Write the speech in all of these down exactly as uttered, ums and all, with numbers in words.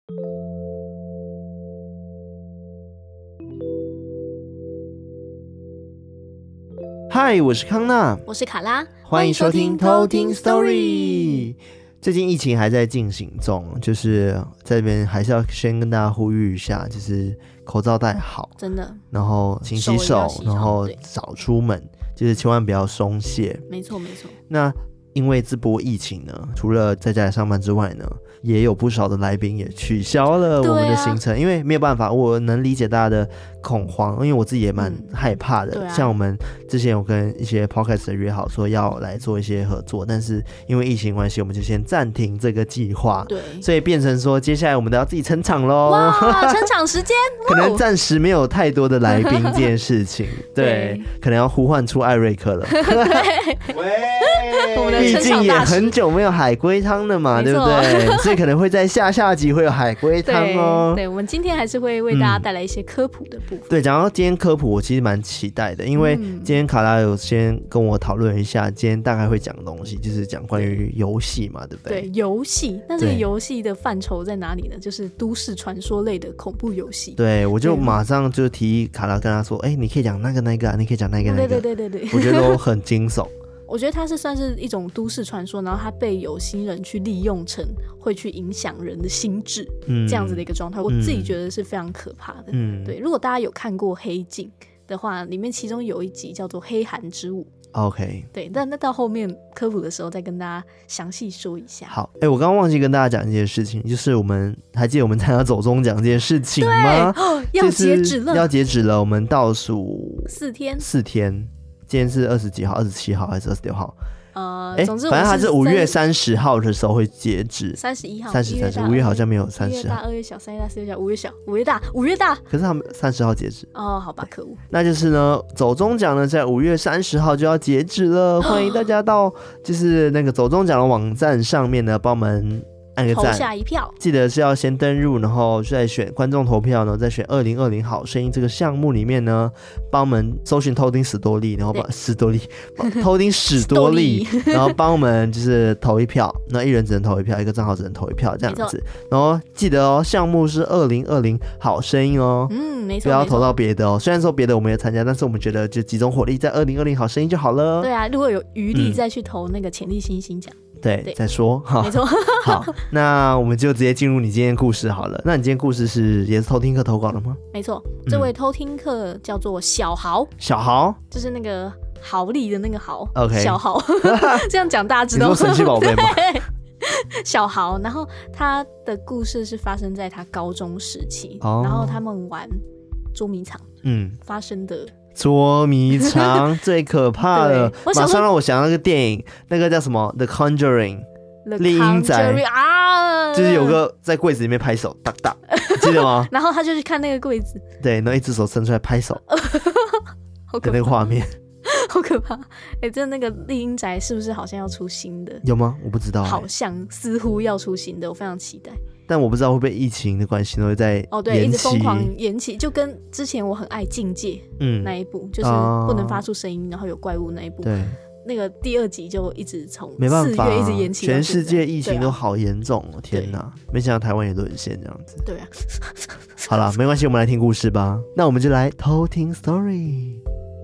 嗨，我是康娜， 我是卡拉， 欢迎收听偷听 Story。最近疫情还在进行中，就是在这边还是要先跟大家呼吁一下，就是口罩戴好，真的，然后勤洗手，然后少出门，就是千万不要松懈。 没错没错。 那因为这波疫情呢，除了在家里上班之外呢，也有不少的来宾也取消了我们的行程，啊、因为没有办法，我能理解大家的恐慌，因为我自己也蛮害怕的。嗯啊、像我们之前有跟一些 podcast 约好说要来做一些合作，但是因为疫情关系，我们就先暂停这个计划。对，所以变成说接下来我们都要自己撑场咯。 哇，撑场时间可能暂时没有太多的来宾这件事情，对，对可能要呼唤出艾瑞克了。 对，喂， 毕竟也很久没有海龟汤了嘛，对不对？所以可能会在下下集会有海龟汤哦。 对，对我们今天还是会为大家带来一些科普的部分。 嗯、对，讲到今天科普，我其实蛮期待的，因为今天卡拉有先跟我讨论一下，今天大概会讲的东西，就是讲关于游戏嘛，对不对？ 对，游戏。那这个游戏的范畴在哪里呢？就是都市传说类的恐怖游戏。 对，我就马上就提议卡拉跟他说，哎、欸，你可以讲那个那个、啊，你可以讲那个那个。 对对对对对， 我觉得都很惊悚。 我觉得它是算是一种都市传说，然后它被有心人去利用成会去影响人的心智、嗯、这样子的一个状态，我自己觉得是非常可怕的。嗯，对，如果大家有看过《黑镜》的话，里面其中有一集叫做《黑函之舞》。 OK， 对，但那到后面科普的时候再跟大家详细说一下。 好，哎、欸，我刚刚忘记跟大家讲一件事情，就是我们还记得我们参加走中奖这件事情吗？ 对、哦，要截止了， 就是、要截止了，我们倒数四天， 四天。今天是二十几号，二十七号还是二十六号？ 呃， 欸、 总之反正它是五月三十号的时候会截止。 三十一号， 三十三十，五月好像没有三十号。 一月大，二月小，三月大，四月小，五月小，五月大，五月大。 可是他们三十号截止。 哦，好吧，可恶。 那就是呢，走中奖呢，在五月三十号就要截止了，欢迎大家到就是那个走中奖的网站上面呢，帮我们按个赞， 投下一票。 记得是要先登入，然后再选观众投票呢，再选二零二零好声音这个项目里面呢，帮我们搜寻偷听史多利，然后把史多利偷听史多利，然后帮我们就是投一票，那一人只能投一票，一个账号只能投一票这样子。然后记得哦，项目是二零二零好声音哦， 嗯，没错， 不要投到别的哦。虽然说别的我们也参加，但是我们觉得就集中火力在二零二零好声音就好了。 对啊，如果有余力再去投那个潜力新星奖。 对, 对，再说哈， 没错。 好，那我们就直接进入你今天故事好了。那你今天故事是也是偷听客投稿的吗？ 没错，这位偷听客叫做小豪。 小豪就是那个豪利的那个豪。 OK， 小豪。这样讲大家知道。 你说神奇宝贝吗？ 小豪，然后他的故事是发生在他高中时期，哦、然后他们玩捉迷藏，嗯，发生的。 捉迷藏最可怕了，马上让我想到那个电影，那个叫什么 The Conjuring 丽英仔啊，就是有个在柜子里面拍手，哒哒，记得吗？ 然后他就去看那个柜子， 对，然后一只手伸出来拍手， 好可怕的那个画面， 好可怕！哎、欸，这那个丽英仔是不是好像要出新的？ 有吗？我不知道、欸， 好像似乎要出新的，我非常期待。 但我不知道会不会疫情的关系都会在哦，对，一直疯狂延期，就跟之前我很爱《境界》嗯那一部，就是不能发出声音，然后有怪物那一部，对，那个第二集就一直从四月一直延期， 全世界疫情都好严重哦，天哪！没想到台湾也沦陷这样子。 对啊， 好啦，没关系，我们来听故事吧。那我们就来偷听 story。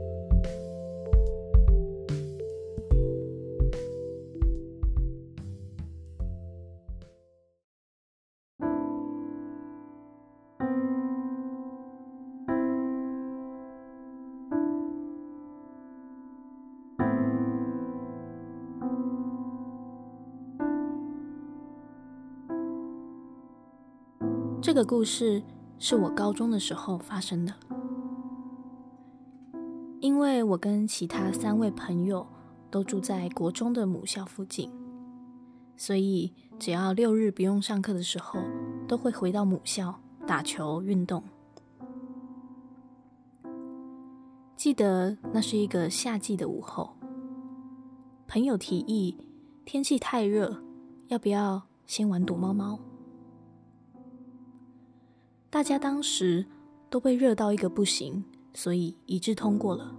这个故事是我高中的时候发生的，因为我跟其他三位朋友都住在国中的母校附近，所以只要六日不用上课的时候，都会回到母校打球运动。记得那是一个夏季的午后，朋友提议天气太热，要不要先玩躲猫猫？大家当时都被热到一个不行，所以一致通过了。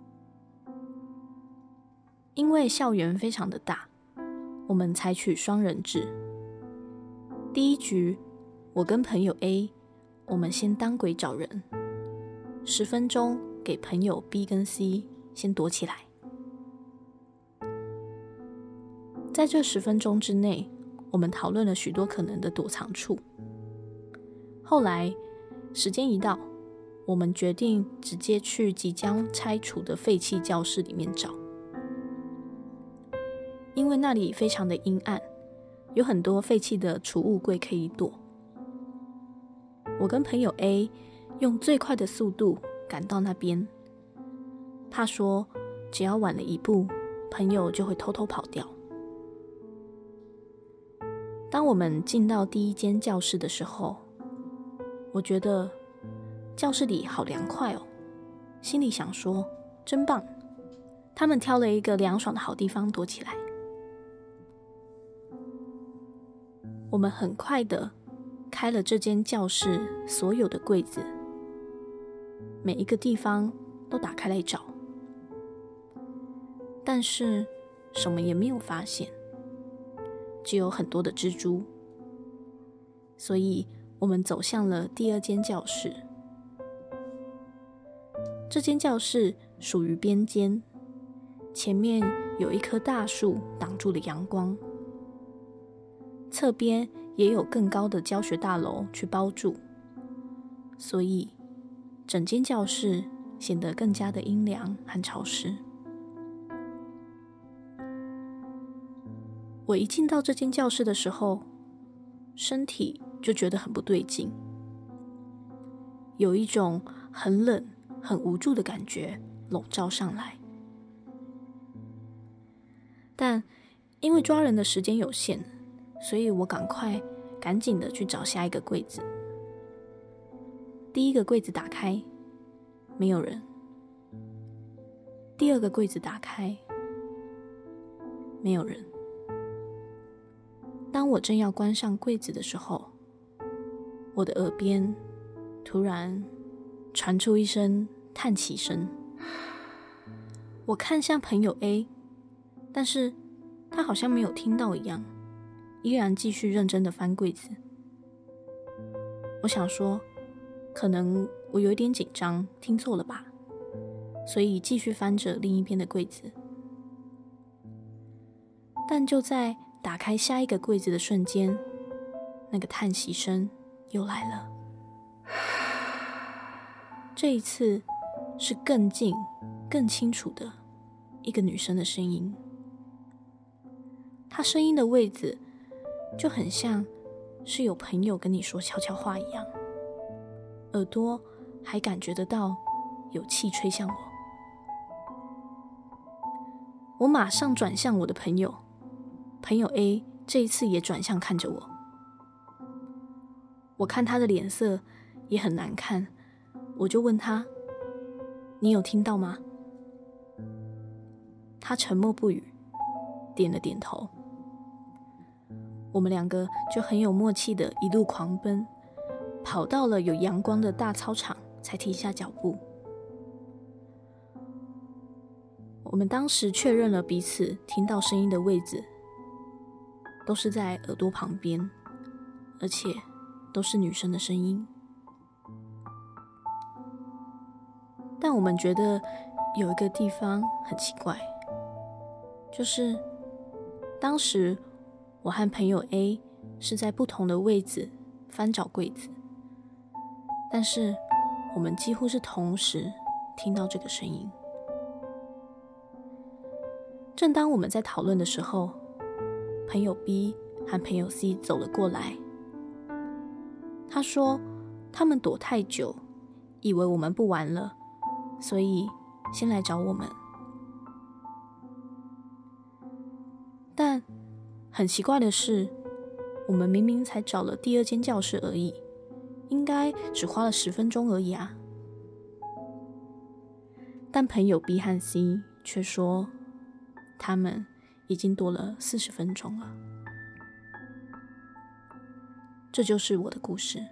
因为校园非常的大，我们采取双人制。第一局我跟朋友 A， 我们先当鬼找人，十分钟给朋友 B 跟 C 先躲起来。在这十分钟之内，我们讨论了许多可能的躲藏处。后来时间一到，我们决定直接去即将拆除的废弃教室里面找，因为那里非常的阴暗，有很多废弃的储物柜可以躲。我跟朋友 A 用最快的速度赶到那边，怕说只要晚了一步，朋友就会偷偷跑掉。当我们进到第一间教室的时候，我觉得教室里好凉快哦，心里想说真棒，他们挑了一个凉爽的好地方躲起来。我们很快的开了这间教室所有的柜子，每一个地方都打开来找，但是什么也没有发现，只有很多的蜘蛛。所以我们走向了第二间教室。这间教室属于边间，前面有一棵大树挡住了阳光，侧边也有更高的教学大楼去包住，所以整间教室显得更加的阴凉和潮湿。我一进到这间教室的时候，身体就觉得很不对劲，有一种很冷很无助的感觉笼罩上来。但因为抓人的时间有限，所以我赶快赶紧的去找下一个柜子。第一个柜子打开，没有人。第二个柜子打开，没有人。当我正要关上柜子的时候，我的耳边突然传出一声叹气声。我看向朋友 A， 但是他好像没有听到一样，依然继续认真的翻柜子。我想说，可能我有一点紧张，听错了吧，所以继续翻着另一边的柜子。但就在打开下一个柜子的瞬间，那个叹息声又来了。这一次是更近更清楚的一个女生的声音，她声音的位置就很像是有朋友跟你说悄悄话一样，耳朵还感觉得到有气吹向我。我马上转向我的朋友，朋友 A 这一次也转向看着我。我看他的脸色也很难看，我就问他，你有听到吗？他沉默不语，点了点头。我们两个就很有默契的一路狂奔，跑到了有阳光的大操场才停下脚步。我们当时确认了彼此听到声音的位置，都是在耳朵旁边，而且都是女生的声音。但我们觉得有一个地方很奇怪，就是当时我和朋友 A 是在不同的位置翻找柜子，但是我们几乎是同时听到这个声音。正当我们在讨论的时候，朋友 B 和朋友 C 走了过来。他说他们躲太久，以为我们不玩了，所以先来找我们。但很奇怪的是，我们明明才找了第二间教室而已，应该只花了十分钟而已啊。但朋友 B 和 C 却说他们已经躲了四十分钟了。这就是我的故事。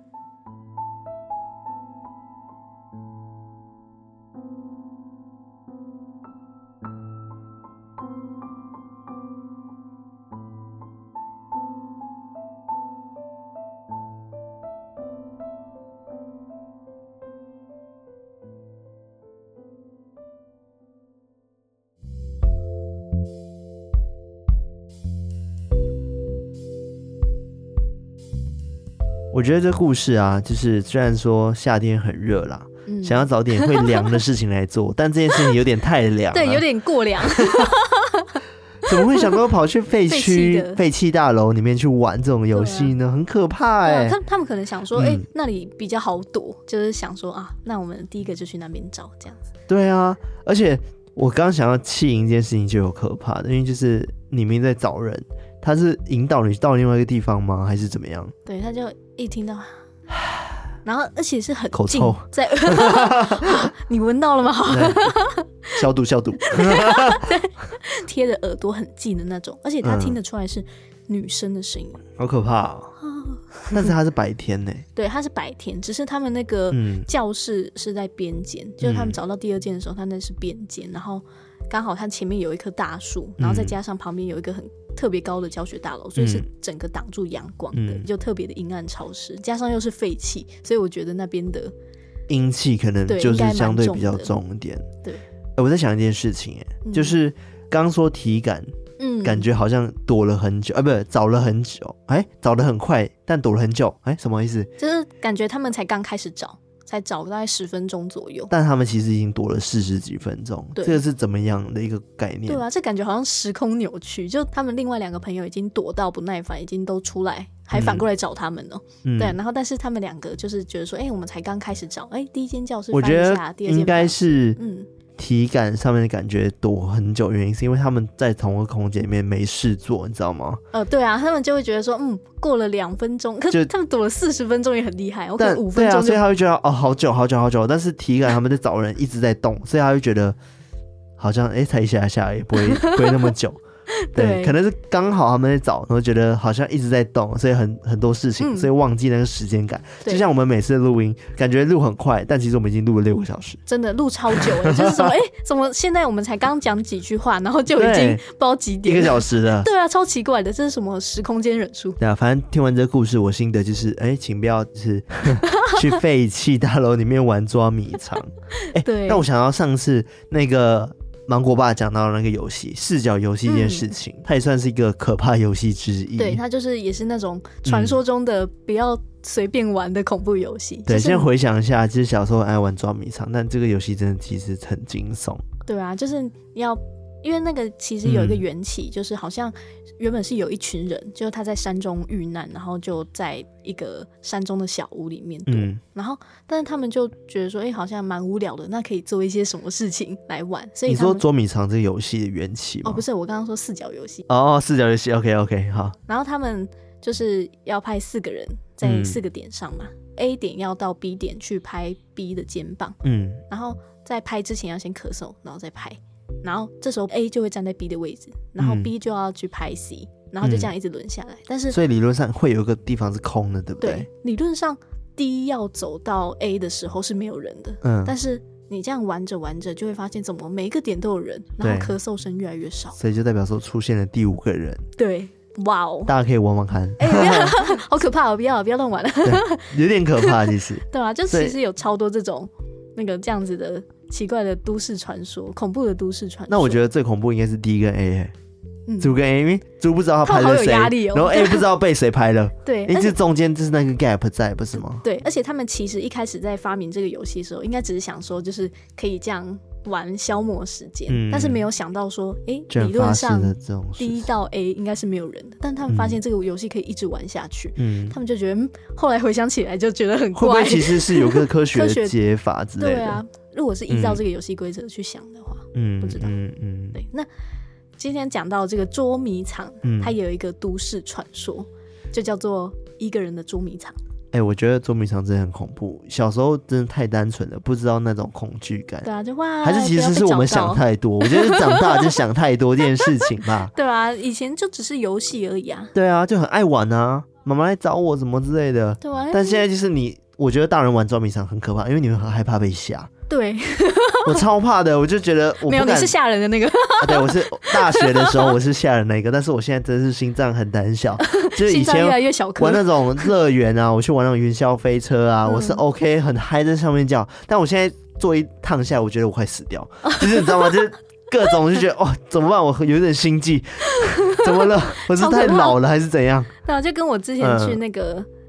我觉得这故事啊，就是虽然说夏天很热啦，嗯、想要找点会凉的事情来做，但这件事情有点太凉了， 对，有点过凉。 怎么会想到跑去废墟、废弃大楼里面去玩这种游戏呢？啊、很可怕哎、欸！ 他他们可能想说，哎、嗯欸，那里比较好躲，就是想说啊，那我们第一个就去那边找这样子。 对啊，而且我刚想要弃营一件事情就有可怕的，因为就是你明明在找人，他是引导你到另外一个地方吗？还是怎么样？ 对，他就一听到。然后，而且是很近口臭， 在你闻到了吗？ 消毒消毒， 贴着耳朵很近的那种，而且他听得出来是女生的声音、嗯， 好可怕哦！但是他是白天呢， 对，他是白天，只是他们那个教室是在边间，嗯、就是他们找到第二间的时候，他那是边间，然后刚好他前面有一棵大树，然后再加上旁边有一个很特别高的教学大楼，所以是整个挡住阳光的，嗯、就特别的阴暗潮湿，加上又是废气，所以我觉得那边的阴气可能就是相对比较重一点。 对， 欸、我在想一件事情、欸，嗯、就是刚说体感，嗯，感觉好像躲了很久，啊，不是找了很久，哎、欸，找得很快，但躲了很久，哎、欸，什么意思？ 就是感觉他们才刚开始找。才找大概十分钟左右， 但他们其实已经躲了四十几分钟，这个是怎么样的一个概念？ 对啊，这感觉好像时空扭曲，就他们另外两个朋友已经躲到不耐烦，已经都出来，还反过来找他们了。嗯、对、啊，然后但是他们两个就是觉得说，哎、欸，我们才刚开始找，哎、欸，第一间教室翻一下， 我觉得应该是嗯。 体感上面的感觉躲很久，原因是因为他们在同一个空间里面没事做，你知道吗？ 呃，对啊，他们就会觉得说，嗯，过了两分钟，可是他们躲了四十分钟也很厉害，我可能五分钟就， 对啊，所以他会觉得哦，好久好久好久，但是体感他们在找人一直在动，所以他会觉得好像哎才一下下也不会不会那么久。对，对，可能是刚好他们在找，然后觉得好像一直在动，所以很很多事情，嗯、所以忘记那个时间感。就像我们每次录音，感觉录很快，但其实我们已经录了六个小时， 真的录超久了。就是什么，哎，怎么现在我们才刚讲几句话，然后就已经不知道几点， 一个小时了。 对啊，超奇怪的，这是什么时空间忍术？ 对啊，反正听完这个故事，我心得就是，哎，请不要就是去废弃大楼里面玩捉迷藏。哎，对。那我想到上次那个。芒果爸讲到的那个游戏视角游戏这件事情、嗯、它也算是一个可怕游戏之一。 对，它就是也是那种传说中的不要随便玩的恐怖游戏、嗯、 对、 就是、 先回想一下，其实小时候爱玩抓迷藏，但这个游戏真的其实很惊悚。 对啊，就是要因为那个其实有一个缘起、嗯、就是好像原本是有一群人，就是他在山中遇难，然后就在一个山中的小屋里面躲、嗯、然后但是他们就觉得说哎、欸，好像蛮无聊的，那可以做一些什么事情来玩，所以你说捉迷藏这个游戏的缘起吗？ 哦不是，我刚刚说四角游戏。 哦，四角游戏 OK OK 好。 然后他们就是要派四个人在四个点上嘛、嗯、A 点要到 B 点去拍 B 的肩膀，嗯，然后在拍之前要先咳嗽，然后再拍，然后这时候 A 就会站在 B 的位置，然后 B 就要去拍 C、嗯、然后就这样一直轮下来、嗯、但是所以理论上会有一个地方是空的，对不对？ 对，理论上 D 要走到 A 的时候是没有人的，嗯，但是你这样玩着玩着就会发现怎么每一个点都有人，然后咳嗽声越来越少， 所以就代表说出现了第五个人。 对，哇哦， 大家可以玩玩看。 哎、欸，好可怕哦！不要不要乱玩了， 有点可怕其实。对啊，就其实有超多这种那个这样子的奇怪的都市传说，恐怖的都市传说。 那我觉得最恐怖应该是 D 跟 A、欸。猪跟 A， 因为猪不知道他拍了谁、 哦， 然后 A 不知道被谁拍了， 对， 因为这中间就是那个 gap 在，不是吗？ 对，而且他们其实一开始在发明这个游戏的时候，应该只是想说，就是可以这样玩消磨时间、嗯，但是没有想到说，哎、欸，理论上 D 到 A 应该是没有人的，但他们发现这个游戏可以一直玩下去，嗯，他们就觉得，嗯、后来回想起来就觉得很怪， 会不会其实是有个科学的解法之类的？ 对啊，如果是依照这个游戏规则去想的话，嗯，不知道，嗯嗯，对，那。今天讲到这个捉迷藏、嗯、它也有一个都市传说，就叫做一个人的捉迷藏。 哎、欸，我觉得捉迷藏真的很恐怖，小时候真的太单纯了，不知道那种恐惧感。 对啊，就哇， 还是其实是我们想太多，我觉得长大就想太多这件事情吧。 对啊，以前就只是游戏而已啊。 对啊，就很爱玩啊，妈妈来找我什么之类的。 对啊， 但现在就是你，我觉得大人玩捉迷藏很可怕，因为你们很害怕被吓。 对， 我超怕的，我就觉得我不没有，你是吓人的那个、 啊。对，我是大学的时候我是吓人那个，但是我现在真的是心脏很胆小，就是以前玩那种乐园啊，我去玩那种云霄飞车啊，嗯、我是 OK 很嗨在上面叫，但我现在坐一趟下，我觉得我快死掉，就是你知道吗？就是各种就觉得哦怎么办？我有点心悸，怎么了？我是太老了还是怎样？ 对啊，就跟我之前去那个。嗯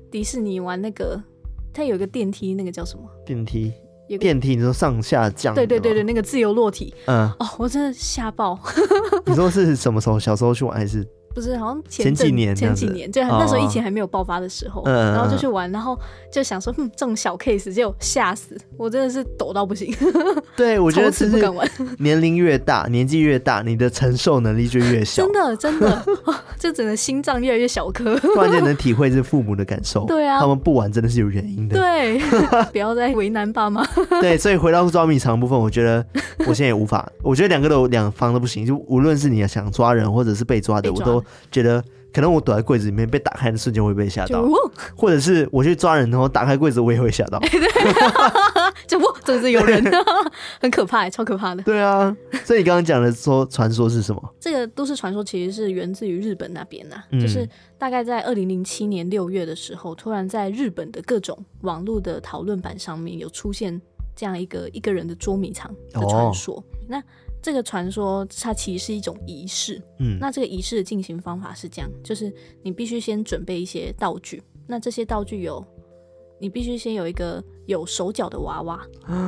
迪士尼玩那个，它有一个电梯，那个叫什么？ 电梯。电梯，你说上下降？ 对对对对，那个自由落体。 嗯， 哦，我真的吓爆。 你说是什么时候？小时候去玩还是？ 不是，好像 前, 前几年， 前几年，就那时候疫情还没有爆发的时候，嗯、然后就去玩，然后就想说，嗯，这种小 case 就吓死我，真的是抖到不行。 对，我觉得不敢玩。 年龄越大，年纪越大，你的承受能力就越小。 真的，真的，就整个心脏越来越小颗。 突然间能体会这父母的感受。 对啊， 他们不玩真的是有原因的。 对，不要再为难爸妈。 对，所以回到抓迷藏的部分，我觉得我现在也无法，我觉得两个都两方都不行，就无论是你想抓人或者是被抓的，我都觉得。可能我躲在柜子里面被打开的瞬间会被吓到，或者是我去抓人然后打开柜子我也会吓到。 就哇，真是有人，很可怕，超可怕的。 对啊，所以你刚刚讲的说传说是什么？ 这个都市传说其实是源自于日本那边啊、嗯、就是大概在二零零七年六月的时候，突然在日本的各种网络的讨论版上面有出现这样一个一个人的捉迷藏的传说。哦、那这个传说它其实是一种仪式，嗯，那这个仪式的进行方法是这样，就是你必须先准备一些道具，那这些道具有，你必须先有一个有手脚的娃娃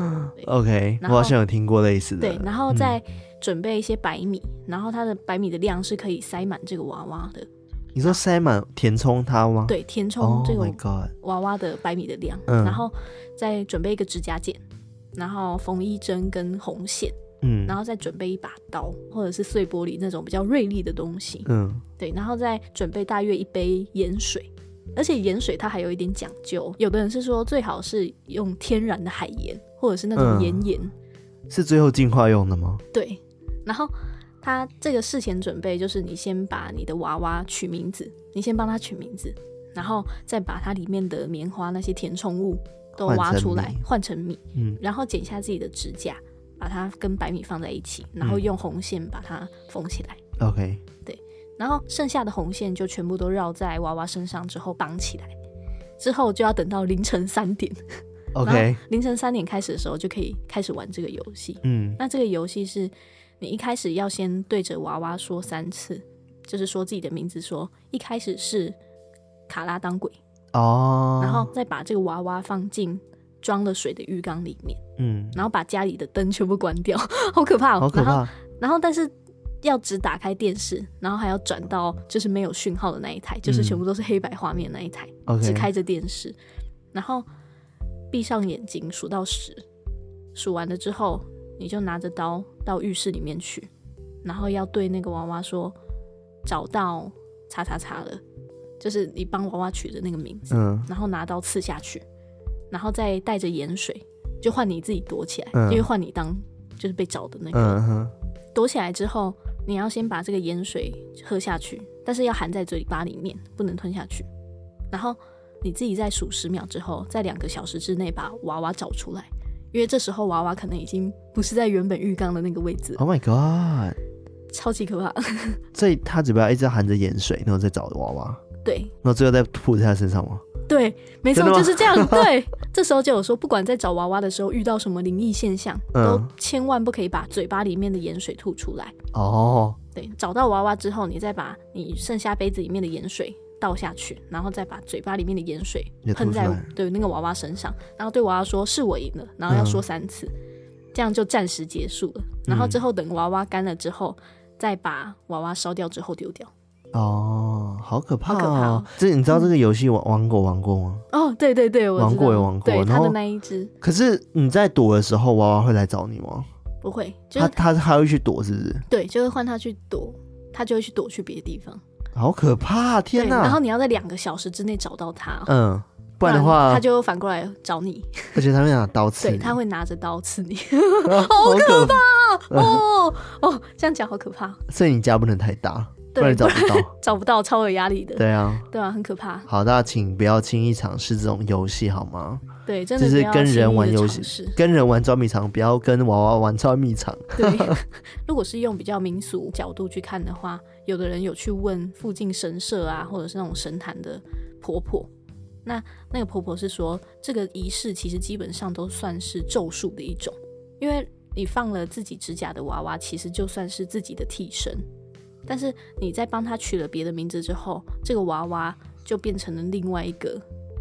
，OK， 我好像有听过类似的， 对，然后再准备一些白米，嗯、然后它的白米的量是可以塞满这个娃娃的。 你说塞满填充它吗？ 对，填充这个娃娃的白米的量， oh 然后再准备一个指甲剪，然后缝衣针跟红线。嗯，然后再准备一把刀或者是碎玻璃那种比较锐利的东西，嗯，对，然后再准备大约一杯盐水，而且盐水它还有一点讲究，有的人是说最好是用天然的海盐或者是那种岩盐、嗯， 是最后净化用的吗？ 对，然后它这个事前准备就是你先把你的娃娃取名字，你先帮它取名字，然后再把它里面的棉花那些填充物都挖出来换成米，嗯，然后剪下自己的指甲。把它跟白米放在一起，然后用红线把它缝起来。 OK， 对，然后剩下的红线就全部都绕在娃娃身上之后绑起来，之后就要等到凌晨三点。 OK， 凌晨三点开始的时候就可以开始玩这个游戏。嗯，那这个游戏是你一开始要先对着娃娃说三次，就是说自己的名字说，说一开始是卡拉当鬼哦，然后再把这个娃娃放进装了水的浴缸里面，嗯，然后把家里的灯全部关掉，好可怕哦， 好可怕。 然后，然后但是要只打开电视，然后还要转到就是没有讯号的那一台，嗯、就是全部都是黑白画面的那一台， okay. 只开着电视，然后闭上眼睛数到十，数完了之后，你就拿着刀到浴室里面去，然后要对那个娃娃说找到叉叉叉了，就是你帮娃娃取的那个名字，嗯、然后拿刀刺下去。然后再带着盐水，就换你自己躲起来，嗯、因为换你当就是被找的那个。嗯、躲起来之后，你要先把这个盐水喝下去，但是要含在嘴巴里面，不能吞下去。然后你自己在数十秒之后，在两个小时之内把娃娃找出来，因为这时候娃娃可能已经不是在原本浴缸的那个位置。 Oh my god， 超级可怕！ 所以他嘴巴一直含着盐水，然后再找娃娃。 对， 然后最后再扑在他身上吗？ 对，没错，就是这样。对，这时候就有说，不管在找娃娃的时候遇到什么灵异现象，嗯、都千万不可以把嘴巴里面的盐水吐出来。哦，对，找到娃娃之后，你再把你剩下杯子里面的盐水倒下去，然后再把嘴巴里面的盐水喷在对那个娃娃身上，然后对娃娃说是我赢了，然后要说三次，嗯、这样就暂时结束了。然后之后等娃娃干了之后，再把娃娃烧掉之后丢掉。 哦，好可怕哦！ 好可怕哦， 这你知道这个游戏玩玩过玩过吗？ 哦，对对对，我知道玩过也玩过。 对，他的那一只。 可是你在躲的时候，娃娃会来找你吗？ 不会，就是他他他会去躲，是不是？ 对，就是换他去躲，他就会去躲去别的地方。 好可怕！天哪！ 然后你要在两个小时之内找到他。 嗯，不然的话， 他就反过来找你。 而且他会拿刀刺你。 对，他会拿着刀刺你，好可怕哦哦！这样讲好可怕。 所以你家不能太大。不然找不到找不到，超有压力的。 对啊对啊，很可怕。 好，大家请不要轻易尝试这种游戏好吗？ 对，真的就是跟人玩游戏，跟人玩捉迷藏，不要跟娃娃玩捉迷藏。 对，如果是用比较民俗角度去看的话，有的人有去问附近神社啊，或者是那种神坛的婆婆，那那个婆婆是说，这个仪式其实基本上都算是咒术的一种，因为你放了自己指甲的娃娃，其实就算是自己的替身。但是你在帮他取了别的名字之后，这个娃娃就变成了另外一个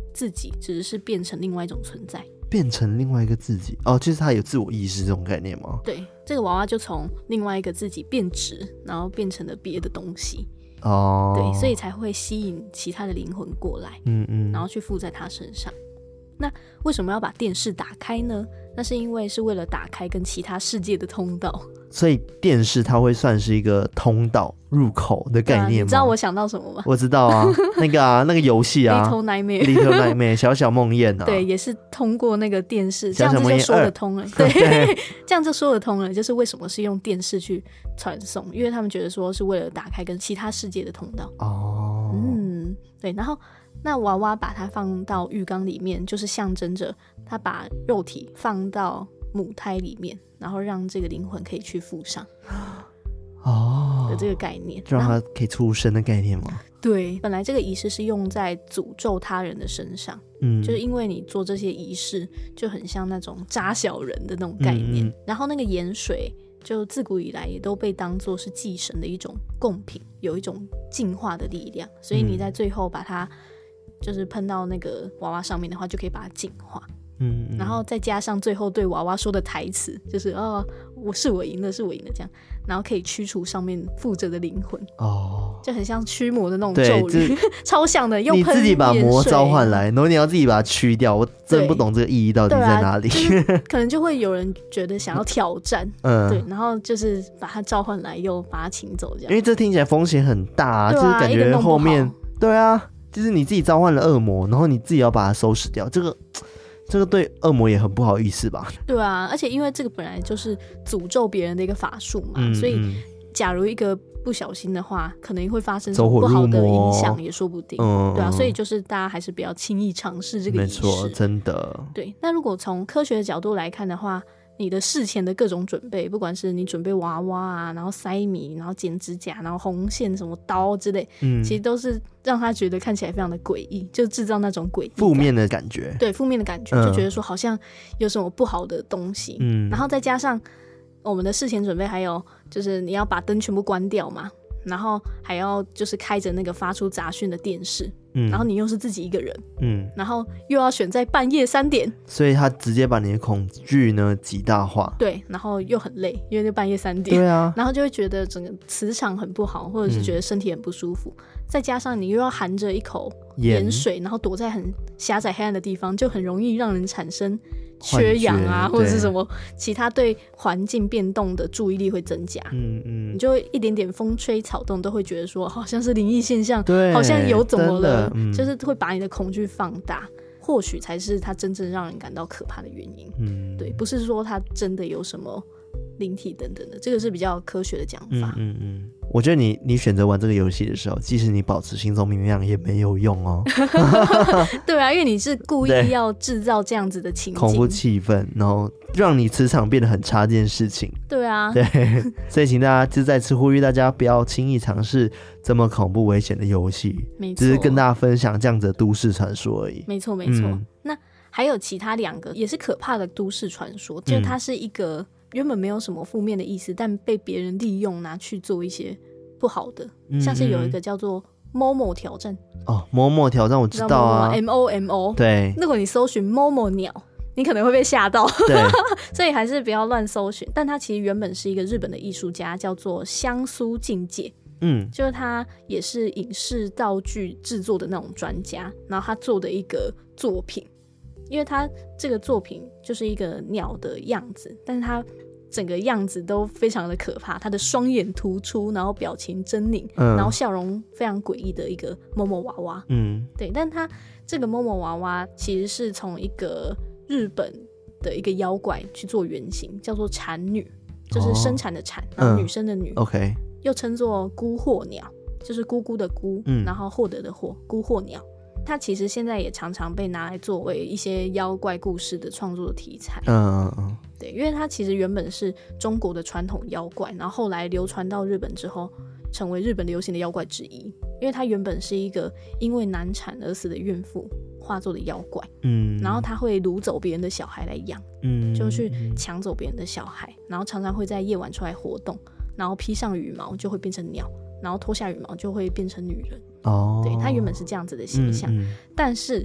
自己，只是变成另外一种存在， 变成另外一个自己哦，就是他有自我意识这种概念吗？ 对，这个娃娃就从另外一个自己变质，然后变成了别的东西哦， 对，所以才会吸引其他的灵魂过来，嗯嗯，然后去附在他身上。那为什么要把电视打开呢？那是因为是为了打开跟其他世界的通道， 所以电视它会算是一个通道入口的概念吗？啊、 你知道我想到什么吗？ 我知道啊，那个啊，那个游戏啊 Little Nightmare Little Nightmare 小小梦魇啊， 对，也是通过那个电视， 小小梦魇这样子就说得通了，对，对这样就说得通了，就是为什么是用电视去传送，因为他们觉得说是为了打开跟其他世界的通道。哦，嗯，对，然后那娃娃把它放到浴缸里面，就是象征着他把肉体放到母胎里面，然后让这个灵魂可以去附上哦的这个概念， 就让它可以出生的概念吗？ 对，本来这个仪式是用在诅咒他人的身上，嗯，就是因为你做这些仪式就很像那种扎小人的那种概念，嗯嗯，然后那个盐水就自古以来也都被当作是祭神的一种贡品，有一种净化的力量，所以你在最后把它就是喷到那个娃娃上面的话，就可以把它净化。嗯, 嗯，然后再加上最后对娃娃说的台词，就是哦，我是我赢了，是我赢了这样，然后可以驱除上面附着的灵魂哦，就很像驱魔的那种咒语，超像的。又喷你自己把魔召唤来，然后你要自己把它驱掉，我真不懂这个意义到底在哪里。 啊就是、可能就会有人觉得想要挑战，嗯，对，然后就是把它召唤来，又把它请走这样。 因为这听起来风险很大、啊，就是感觉后面对啊，就是你自己召唤了恶魔，然后你自己要把它收拾掉，这个。这个对恶魔也很不好意思吧？ 对啊，而且因为这个本来就是诅咒别人的一个法术嘛、嗯，所以假如一个不小心的话，可能会发生什么不好的影响也说不定。嗯，对啊，所以就是大家还是不要轻易尝试这个仪式。 没错，真的。 对，那如果从科学的角度来看的话，你的事前的各种准备，不管是你准备娃娃啊，然后塞米，然后剪指甲，然后红线什么刀之类，嗯，其实都是让他觉得看起来非常的诡异，就制造那种诡异负面的感觉。 对，负面的感觉、嗯，就觉得说好像有什么不好的东西。嗯，然后再加上我们的事前准备，还有就是你要把灯全部关掉嘛，然后还要就是开着那个发出杂讯的电视。嗯，然后你又是自己一个人，嗯，然后又要选在半夜三点， 所以他直接把你的恐惧呢极大化， 对，然后又很累，因为就半夜三点， 对啊， 然后就会觉得整个磁场很不好，或者是觉得身体很不舒服，嗯、再加上你又要含着一口盐水，然后躲在很狭窄黑暗的地方，就很容易让人产生缺氧啊，或者是什么其他对环境变动的注意力会增加，嗯嗯，你就一点点风吹草动都会觉得说好像是灵异现象，对，好像有怎么了。嗯、就是会把你的恐惧放大，或许才是它真正让人感到可怕的原因。嗯，对，不是说它真的有什么灵体等等的，这个是比较科学的讲法。 嗯嗯嗯，我觉得你你选择玩这个游戏的时候，即使你保持心中明亮也没有用哦。 对啊，因为你是故意要制造这样子的情景， 恐怖气氛，然后让你磁场变得很差这件事情。 对啊， 对，所以请大家就再次呼吁大家不要轻易尝试这么恐怖危险的游戏，只是跟大家分享这样子的都市传说而已。 没错没错、嗯。那还有其他两个也是可怕的都市传说，就它是一个原本没有什么负面的意思，但被别人利用拿去做一些不好的，嗯、像是有一个叫做某某挑战。 哦，某某挑战我知道啊 ，M O M O。 对， 如果你搜寻某某鸟，你可能会被吓到。 对， 所以还是不要乱搜寻。但他其实原本是一个日本的艺术家，叫做香苏敬介。嗯，就是他也是影视道具制作的那种专家，然后他做的一个作品，因为他这个作品就是一个鸟的样子，但是他整个样子都非常的可怕，他的双眼突出，然后表情狰狞、嗯、然后笑容非常诡异的一个某某娃娃。嗯，对，但他这个某某娃娃其实是从一个日本的一个妖怪去做原型，叫做产女，就是生产的产、哦、然后女生的女、嗯、 OK， 又称作姑获鸟，就是姑姑的姑、嗯、然后获得的获，姑获鸟。它其实现在也常常被拿来作为一些妖怪故事的创作的题材。嗯嗯嗯，对，因为它其实原本是中国的传统妖怪，然后后来流传到日本之后，成为日本流行的妖怪之一。因为它原本是一个因为难产而死的孕妇化作的妖怪，嗯，然后它会掳走别人的小孩来养，嗯，就去抢走别人的小孩，然后常常会在夜晚出来活动，然后披上羽毛就会变成鸟，然后脱下羽毛就会变成女人。哦，对，它原本是这样子的形象、嗯嗯、但是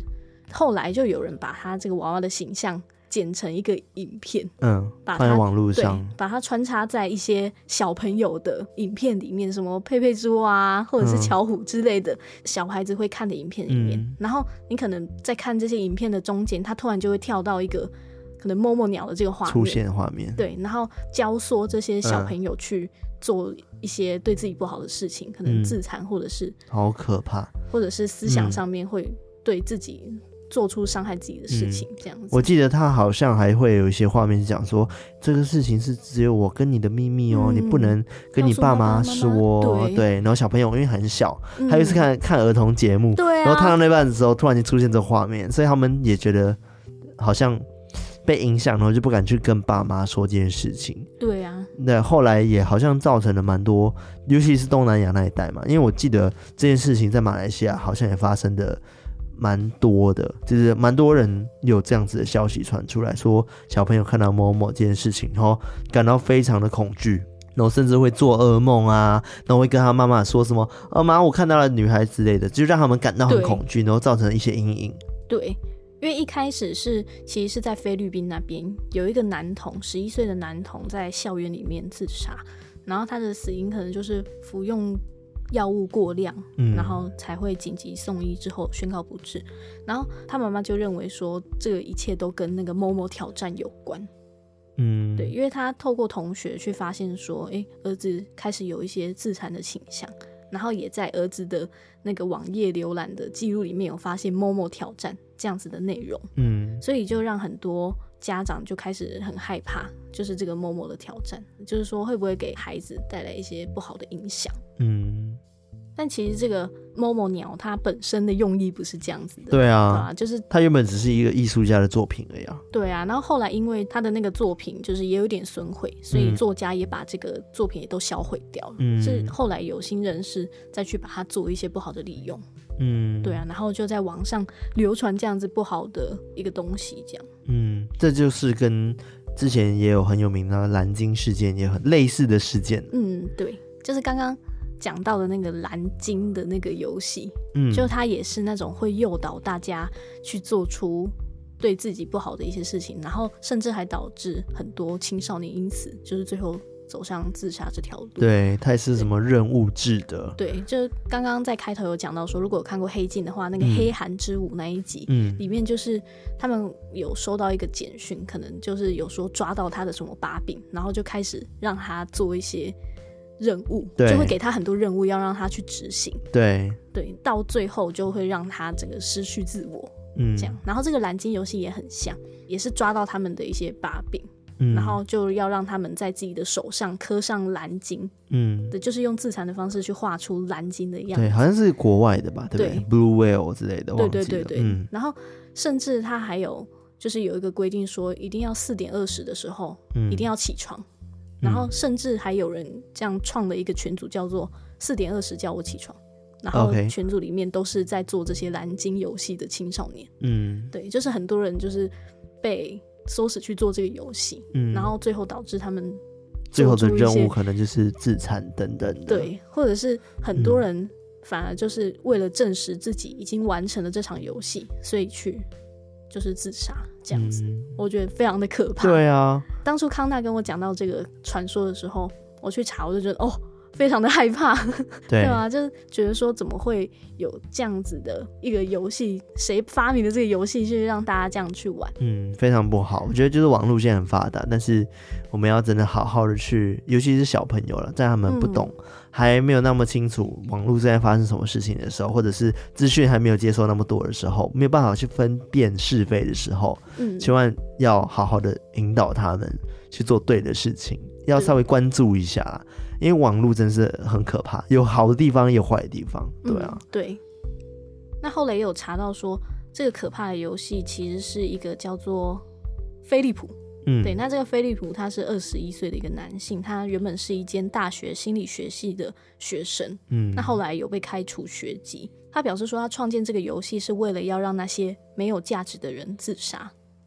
后来就有人把他这个娃娃的形象剪成一个影片， 嗯， 把放在网络上， 对，把它穿插在一些小朋友的影片里面，什么佩佩猪啊，或者是巧虎之类的、嗯、小孩子会看的影片里面、嗯、然后你可能在看这些影片的中间，他突然就会跳到一个可能摸摸鸟的这个画面出现画面， 对，然后教唆这些小朋友去做一些对自己不好的事情、嗯、可能自残或者是好可怕， 或者是思想上面会对自己做出伤害自己的事情、嗯、这样子。 我记得他好像还会有一些画面是讲说，这个事情是只有我跟你的秘密哦、嗯、你不能跟你爸妈说。 妈妈对, 对，然后小朋友因为很小、嗯、他有一次看看儿童节目、 对啊、 然后看到那半的时候突然就出现这个画面，所以他们也觉得好像被影响，然后就不敢去跟爸妈说这件事情。 对啊， 那后来也好像造成了蛮多，尤其是东南亚那一带嘛，因为我记得这件事情在马来西亚好像也发生的蛮多的，就是蛮多人有这样子的消息传出来，说小朋友看到某某这件事情，然后感到非常的恐惧，然后甚至会做噩梦啊，然后会跟他妈妈说什么“啊妈，我看到了女孩”之类的，就让他们感到很恐惧，然后造成一些阴影。 对。因为一开始是其实是在菲律宾那边有一个男童，十一岁的男童在校园里面自杀，然后他的死因可能就是服用药物过量、嗯、然后才会紧急送医之后宣告不治，然后他妈妈就认为说这个一切都跟那个某某挑战有关。嗯，对，因为他透过同学去发现说，哎，儿子开始有一些自残的倾向，然后也在儿子的那个网页浏览的记录里面有发现某某挑战这样子的内容，嗯，所以就让很多家长就开始很害怕，就是这个某某的挑战，就是说会不会给孩子带来一些不好的影响，嗯。但其实这个某某鸟它本身的用意不是这样子的， 对啊， 对啊，就是它原本只是一个艺术家的作品而已啊。 对啊，然后后来因为他的那个作品就是也有点损毁，所以作家也把这个作品也都销毁掉了，嗯，是后来有心人士再去把它做一些不好的利用，嗯，对啊，然后就在网上流传这样子不好的一个东西，这样， 嗯，这就是跟之前也有很有名的蓝鲸事件也很类似的事件， 嗯，对，就是刚刚讲到的那个蓝鲸的那个游戏，嗯，就它也是那种会诱导大家去做出对自己不好的一些事情，然后甚至还导致很多青少年因此就是最后走上自杀这条路。 对，它也是什么任务制的。 对，就刚刚在开头有讲到说，如果有看过黑镜的话，那个黑函之舞那一集，嗯，里面就是他们有收到一个简讯，可能就是有说抓到他的什么把柄，然后就开始让他做一些任务，就会给他很多任务要让他去执行， 对对，到最后就会让他整个失去自我，嗯，这样。然后这个蓝鲸游戏也很像，也是抓到他们的一些把柄，嗯，然后就要让他们在自己的手上刻上蓝鲸，嗯，对，就是用自残的方式去画出蓝鲸的样子。 对，好像是国外的吧，对不对？对 Blue Whale 之类的， 对对对对，嗯。然后甚至他还有就是有一个规定说，一定要四点二十的时候，嗯，一定要起床。然后甚至还有人这样创了一个群组，叫做四点二十叫我起床，然后群组里面都是在做这些蓝鲸游戏的青少年，嗯，对，就是很多人就是被唆使去做这个游戏，嗯，然后最后导致他们最后的任务可能就是自残等等的， 对，或者是很多人反而就是为了证实自己已经完成了这场游戏，所以去就是自杀这样子，嗯，我觉得非常的可怕。 对啊， 当初康纳跟我讲到这个传说的时候，我去查，我就觉得哦，非常的害怕，对, 对啊，就是觉得说怎么会有这样子的一个游戏，谁发明的这个游戏去让大家这样去玩？嗯， 非常不好。我觉得就是网络现在很发达，但是我们要真的好好的去，尤其是小朋友了，在他们不懂，嗯，还没有那么清楚网络在发生什么事情的时候，或者是资讯还没有接受那么多的时候，没有办法去分辨是非的时候，嗯，千万要好好的引导他们去做对的事情，要稍微关注一下，因为网络真是很可怕，有好的地方也有坏的地方，对啊， 嗯，对。那后来也有查到说，这个可怕的游戏其实是一个叫做飞利浦。嗯，对，那这个飞利浦他是二十一岁的一个男性，他原本是一间大学心理学系的学生，嗯，那后来有被开除学籍。他表示说，他创建这个游戏是为了要让那些没有价值的人自杀。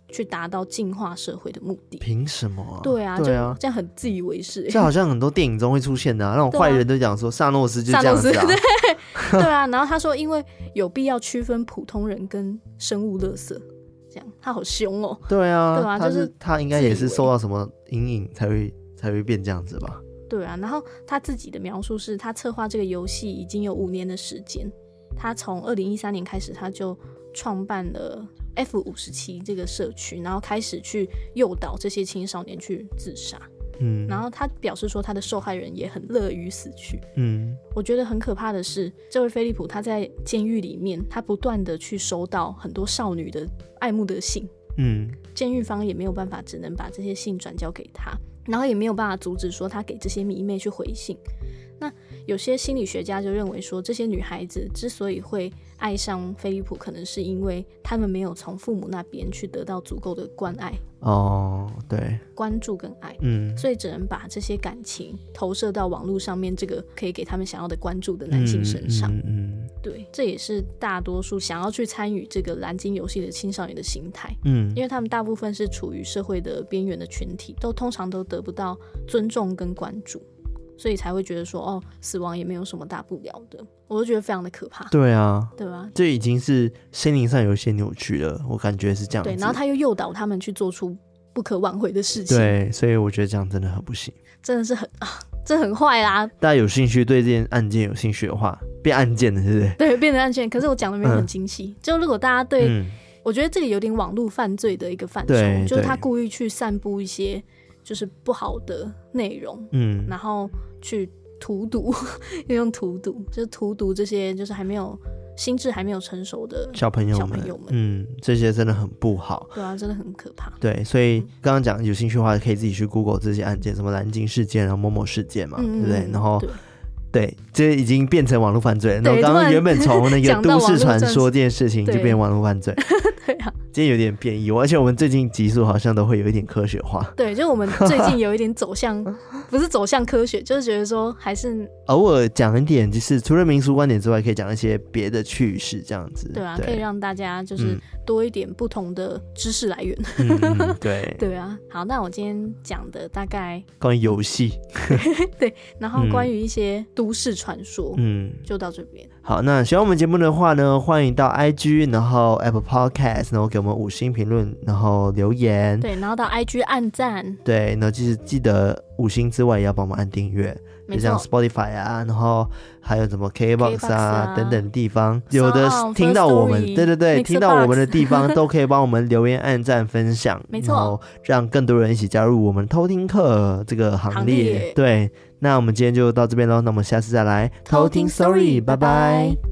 去达到净化社会的目的。 凭什么啊？ 对啊，对啊，这样很自以为是。 这好像很多电影中会出现的、啊，那种坏人都讲说萨诺斯就这样子啊。 对对啊，然后他说因为有必要区分普通人跟生物垃圾，这样他好凶哦。 对啊， 对啊，就是他应该也是受到什么阴影才会才会变这样子吧。 对啊，然后他自己的描述是他策划这个游戏已经有五年的时间，他从二零一三年开始他就创办了 F 五十七 这个社区，然后开始去诱导这些青少年去自杀。嗯，然后他表示说他的受害人也很乐于死去。嗯，我觉得很可怕的是这位菲利普他在监狱里面他不断的去收到很多少女的爱慕的信。嗯，监狱方也没有办法，只能把这些信转交给他，然后也没有办法阻止说他给这些迷妹去回信。那有些心理学家就认为说，这些女孩子之所以会爱上菲利普，可能是因为他们没有从父母那边去得到足够的关爱。 哦，对， 关注跟爱，嗯，所以只能把这些感情投射到网络上面这个可以给他们想要的关注的男性身上。嗯 嗯, 嗯，对，这也是大多数想要去参与这个蓝鲸游戏的青少年的心态。嗯，因为他们大部分是处于社会的边缘的群体，都通常都得不到尊重跟关注。所以才会觉得说，哦，死亡也没有什么大不了的，我就觉得非常的可怕。 对啊， 对吧？ 这已经是心灵上有一些扭曲了，我感觉是这样子。 对，然后他又诱导他们去做出不可挽回的事情。 对，所以我觉得这样真的很不行， 真的是很啊，这很坏啦。 大家有兴趣对这件案件有兴趣的话，变案件了，是不是？ 对，变成案件。可是我讲的没有很精细，嗯、就如果大家对、嗯，我觉得这个有点网络犯罪的一个范畴，就是他故意去散布一些就是不好的内容，嗯，然后去荼毒，用荼毒，就是荼毒这些就是还没有心智还没有成熟的小朋友们，小朋友们，嗯，这些真的很不好。 对啊，真的很可怕。 对，所以刚刚讲有兴趣的话，可以自己去 Google 这些案件，什么蓝鲸事件，然后某某事件嘛，嗯、对不对？然后。对，这已经变成网络犯罪了。然后刚刚原本从那个都市传说这件事情就变成网络犯罪。 对啊， 今天有点变异，而且我们最近集数好像都会有一点科学化。 对，就是我们最近有一点走向，不是走向科学，就是觉得说还是偶尔讲一点，就是除了民俗观点之外，可以讲一些别的趣事这样子。 对啊，对，可以让大家就是多一点不同的知识来源。 嗯嗯、对对啊，好，那我今天讲的大概关于游戏， 对，然后关于一些都市传说，嗯，就到这边。 好，那喜欢我们节目的话呢，欢迎到 I G， 然后 Apple Podcast， 然后给我们五星评论，然后留言。 对，然后到 I G 按赞。 对，然后其实记得五星之外也要帮我们按订阅，就像 Spotify 啊，然后还有什么 K B O X 啊, 啊等等地方，有的听到我们，对对对，听到我们的地方都可以帮我们留言、按赞、分享， 没错， 然后让更多人一起加入我们偷听客这个行列。行列对。那我们今天就到这边咯，那我们下次再来偷听 Story， 拜拜。